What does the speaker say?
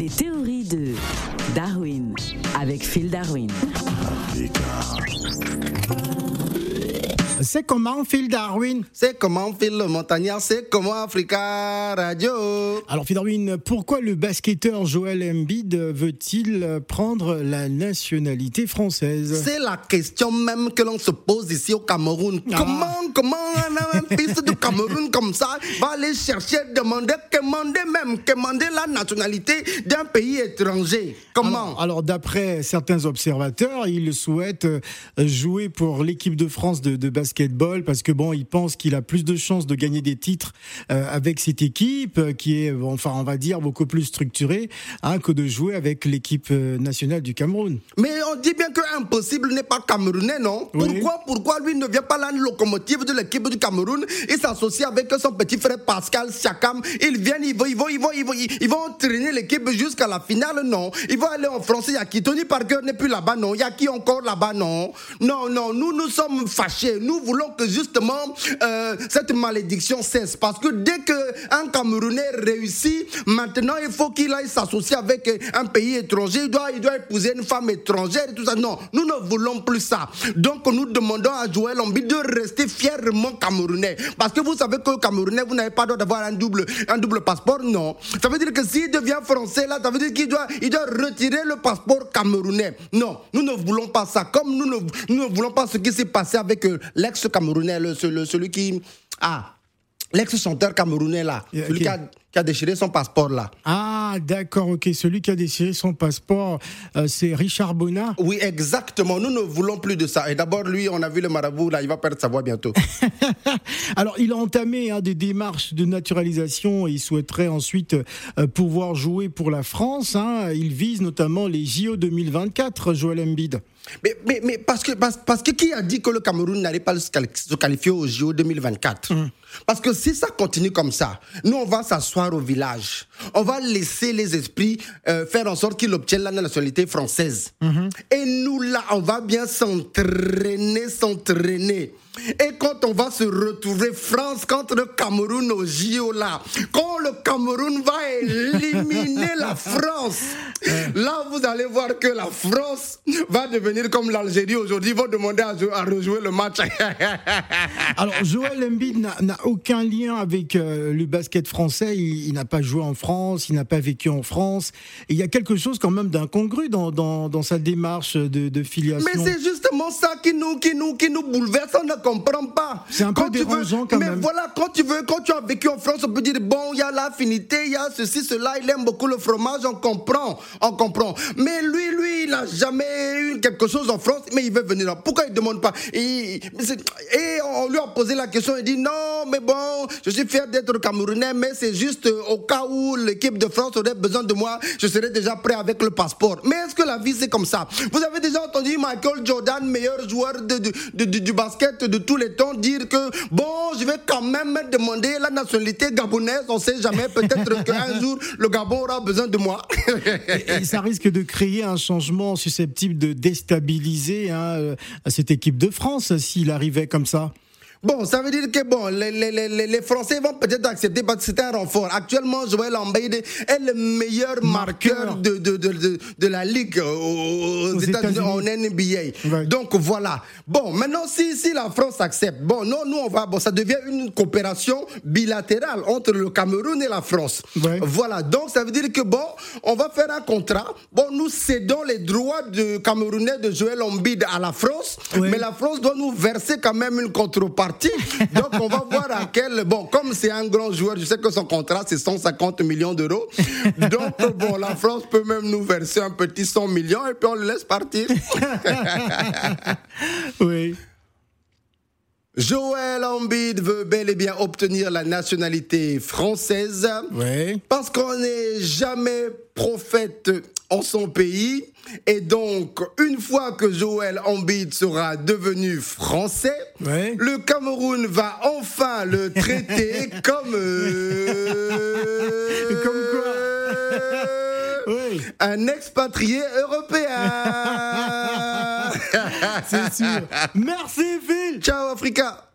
Les théories de Darwin avec Phil Darwin. C'est comment, Phil Darwin? C'est comment, Phil le montagnard? C'est comment, Africa Radio? Alors, Phil Darwin, pourquoi le basketteur Joel Embiid veut-il prendre la nationalité française? C'est la question même que l'on se pose ici au Cameroun. Comment un fils du Cameroun comme ça va aller chercher, demander la nationalité d'un pays étranger? Comment? Alors, d'après certains observateurs, il souhaite jouer pour l'équipe de France de basketball parce que il pense qu'il a plus de chances de gagner des titres avec cette équipe qui est, on va dire, beaucoup plus structurée que de jouer avec l'équipe nationale du Cameroun. Mais on dit bien que impossible n'est pas camerounais, non? Oui. Pourquoi lui ne vient pas la locomotive de l'équipe du Cameroun? Il s'associe avec son petit frère Pascal Siakam. Ils viennent, ils vont entraîner l'équipe jusqu'à la finale, non? Ils vont aller en France. Il y a qui? Tony Parker n'est plus là-bas, non? Il y a qui encore là-bas, non? Non, nous sommes fâchés. Nous voulons que justement cette malédiction cesse. Parce que dès qu'un Camerounais réussit, maintenant il faut qu'il aille s'associer avec un pays étranger. Il doit épouser une femme étrangère et tout ça. Non, nous ne voulons plus ça. Donc nous demandons à Joel Embiid de rester fièrement Camerounais. Parce que vous savez que le Camerounais, vous n'avez pas le droit d'avoir un double passeport, non. Ça veut dire que s'il devient français, là, ça veut dire qu'il doit retirer le passeport camerounais. Non, nous ne voulons pas ça. Comme nous ne voulons pas ce qui s'est passé avec l'ex-camerounais, celui qui... l'ex-chanteur camerounais là, celui qui a déchiré son passeport là. Ah, d'accord, ok. Celui qui a déchiré son passeport, c'est Richard Bonnat. Oui, exactement. Nous ne voulons plus de ça. Et d'abord, lui, on a vu le marabout là, il va perdre sa voix bientôt. Alors, il a entamé des démarches de naturalisation et il souhaiterait ensuite pouvoir jouer pour la France. Il vise notamment les JO 2024, Joel Embiid. Mais parce que qui a dit que le Cameroun n'allait pas se qualifier aux JO 2024 Parce que si ça continue comme ça, nous on va s'asseoir au village, on va laisser les esprits faire en sorte qu'ils obtiennent la nationalité française. Et nous là, on va bien s'entraîner. Et quand on va se retrouver France contre le Cameroun au JO là, quand le Cameroun va éliminer la France, là vous allez voir que la France va devenir comme l'Algérie aujourd'hui, ils vont demander à rejouer le match. Alors Joel Embiid n'a aucun lien avec le basket français, il n'a pas joué en France, il n'a pas vécu en France, et il y a quelque chose quand même d'incongru dans sa démarche de filiation. Mais c'est justement ça qui nous bouleverse, on ne comprend pas. C'est un peu dérangeant quand même. Mais voilà, quand tu as vécu en France, on peut dire il y a l'affinité, il y a ceci, cela, il aime beaucoup le fromage, on comprend. Mais lui, il n'a jamais eu quelque chose en France, mais il veut venir là. Pourquoi il ne demande pas? Et on lui a posé la question, il dit non, mais je suis fier d'être Camerounais, mais c'est juste au cas où l'équipe de France aurait besoin de moi, je serais déjà prêt avec le passeport. Mais est-ce que la vie c'est comme ça? Vous avez déjà entendu Michael Jordan, meilleur joueur du basket de tous les temps, dire que je vais quand même me demander la nationalité gabonaise, on ne sait jamais, peut-être qu'un jour le Gabon aura besoin de moi. Et ça risque de créer un changement susceptible de déstabiliser cette équipe de France s'il arrivait comme ça. Ça veut dire que les Français vont peut-être accepter parce que c'est un renfort. Actuellement, Joel Embiid est le meilleur marqueur de la Ligue aux États-Unis en NBA. Ouais. Donc voilà. Maintenant, si la France accepte, nous on va, ça devient une coopération bilatérale entre le Cameroun et la France. Ouais. Voilà. Donc ça veut dire que on va faire un contrat. Nous cédons les droits de Camerounais de Joel Embiid à la France, mais la France doit nous verser quand même une contrepartie. Donc on va voir à quel... comme c'est un grand joueur, je sais que son contrat c'est 150 millions d'euros. Donc la France peut même nous verser un petit 100 millions et puis on le laisse partir. Oui. Joel Embiid veut bel et bien obtenir la nationalité française. Oui. Parce qu'on n'est jamais prophète en son pays. Et donc, une fois que Joel Embiid sera devenu français, le Cameroun va enfin le traiter comme... Comme quoi? Un expatrié européen. C'est sûr. Merci Phil. Ciao Africa.